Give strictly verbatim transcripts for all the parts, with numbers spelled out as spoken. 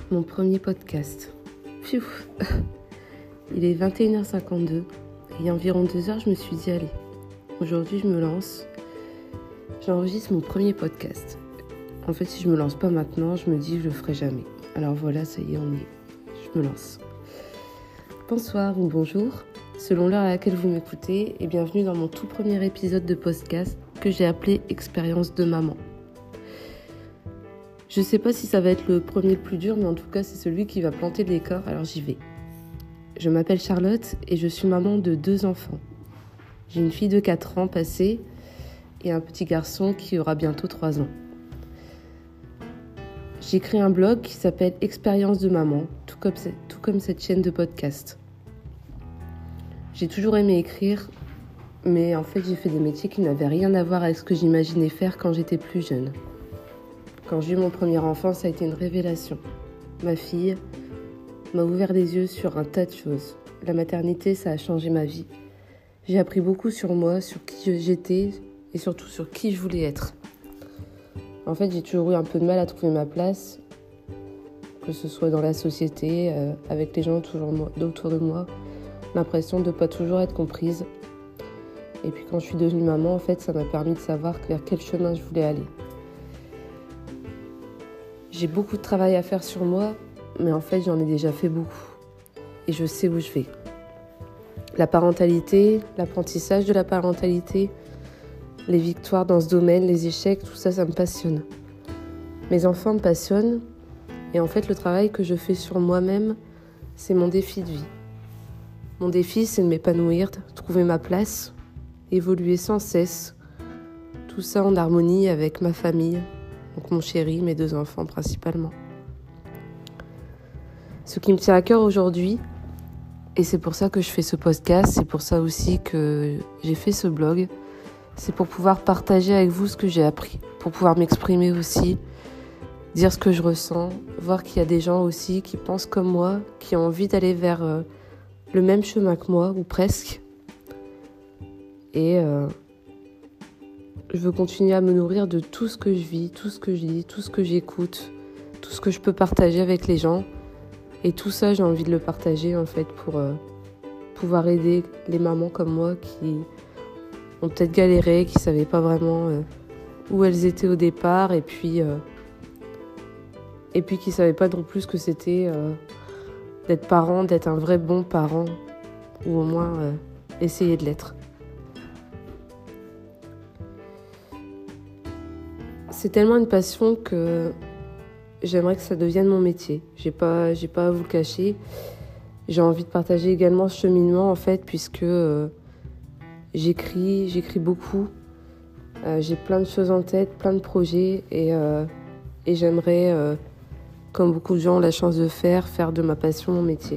mon premier podcast. Pfiou. Il est vingt et une heures cinquante-deux et il y a environ deux heures, je me suis dit allez, aujourd'hui je me lance, j'enregistre mon premier podcast. En fait, si je me lance pas maintenant, je me dis que je le ferai jamais. Alors voilà, ça y est, on y est, je me lance. Bonsoir ou bonjour, selon l'heure à laquelle vous m'écoutez, et bienvenue dans mon tout premier épisode de podcast que j'ai appelé Expérience de maman. Je sais pas si ça va être le premier le plus dur, mais en tout cas, c'est celui qui va planter le décor, alors j'y vais. Je m'appelle Charlotte et je suis maman de deux enfants. J'ai une fille de quatre ans passée et un petit garçon qui aura bientôt trois ans. J'ai créé un blog qui s'appelle Expérience de maman, tout comme, tout comme cette chaîne de podcast. J'ai toujours aimé écrire, mais en fait, j'ai fait des métiers qui n'avaient rien à voir avec ce que j'imaginais faire quand j'étais plus jeune. Quand j'ai eu mon premier enfant, ça a été une révélation. Ma fille m'a ouvert les yeux sur un tas de choses. La maternité, ça a changé ma vie. J'ai appris beaucoup sur moi, sur qui j'étais et surtout sur qui je voulais être. En fait, j'ai toujours eu un peu de mal à trouver ma place, que ce soit dans la société, euh, avec les gens autour de moi, l'impression de ne pas toujours être comprise. Et puis quand je suis devenue maman, en fait, ça m'a permis de savoir vers quel chemin je voulais aller. J'ai beaucoup de travail à faire sur moi, mais en fait, j'en ai déjà fait beaucoup. Et je sais où je vais. La parentalité, l'apprentissage de la parentalité, les victoires dans ce domaine, les échecs, tout ça, ça me passionne. Mes enfants me passionnent. Et en fait, le travail que je fais sur moi-même, c'est mon défi de vie. Mon défi, c'est de m'épanouir, de trouver ma place, évoluer sans cesse. Tout ça en harmonie avec ma famille. Donc mon chéri, mes deux enfants principalement. Ce qui me tient à cœur aujourd'hui, et c'est pour ça que je fais ce podcast, c'est pour ça aussi que j'ai fait ce blog, c'est pour pouvoir partager avec vous ce que j'ai appris, pour pouvoir m'exprimer aussi, dire ce que je ressens, voir qu'il y a des gens aussi qui pensent comme moi, qui ont envie d'aller vers euh, le même chemin que moi, ou presque. Et euh, je veux continuer à me nourrir de tout ce que je vis, tout ce que je lis, tout ce que j'écoute, tout ce que je peux partager avec les gens. Et tout ça, j'ai envie de le partager en fait pour euh, pouvoir aider les mamans comme moi qui ont peut-être galéré, qui ne savaient pas vraiment euh, où elles étaient au départ et puis, euh, et puis qui ne savaient pas non plus ce que c'était euh, d'être parent, d'être un vrai bon parent ou au moins euh, essayer de l'être. C'est tellement une passion que j'aimerais que ça devienne mon métier. J'ai pas, j'ai pas à vous le cacher. J'ai envie de partager également ce cheminement en fait, puisque euh, j'écris, j'écris beaucoup. Euh, j'ai plein de choses en tête, plein de projets et, euh, et j'aimerais, euh, comme beaucoup de gens ont la chance de faire, faire de ma passion mon métier.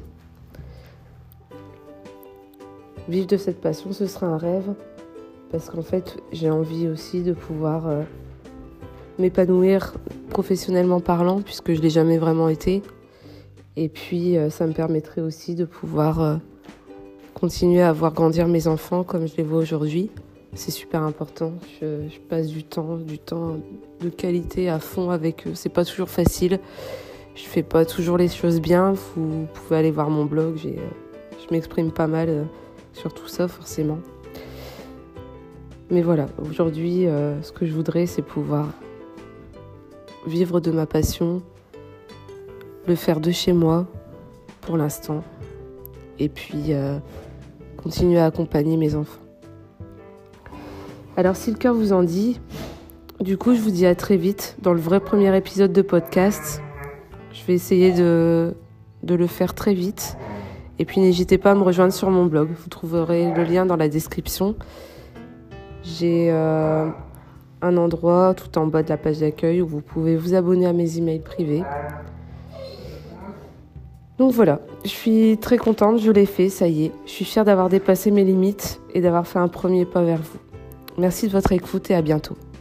Vivre de cette passion, ce sera un rêve, parce qu'en fait, j'ai envie aussi de pouvoir euh, m'épanouir professionnellement parlant, puisque je ne l'ai jamais vraiment été. Et puis, euh, ça me permettrait aussi de pouvoir euh, continuer à voir grandir mes enfants comme je les vois aujourd'hui. C'est super important. Je, je passe du temps, du temps de qualité à fond avec eux. C'est pas toujours facile. Je fais pas toujours les choses bien. Vous pouvez aller voir mon blog. J'ai, euh, je m'exprime pas mal euh, sur tout ça, forcément. Mais voilà, aujourd'hui, euh, ce que je voudrais, c'est pouvoir vivre de ma passion, le faire de chez moi pour l'instant, et puis euh, continuer à accompagner mes enfants. Alors si le cœur vous en dit, du coup je vous dis à très vite dans le vrai premier épisode de podcast. Je vais essayer de, de le faire très vite, et puis n'hésitez pas à me rejoindre sur mon blog, vous trouverez le lien dans la description. J'ai euh, un endroit tout en bas de la page d'accueil où vous pouvez vous abonner à mes emails privés. Donc voilà, je suis très contente, je l'ai fait, ça y est. Je suis fière d'avoir dépassé mes limites et d'avoir fait un premier pas vers vous. Merci de votre écoute et à bientôt.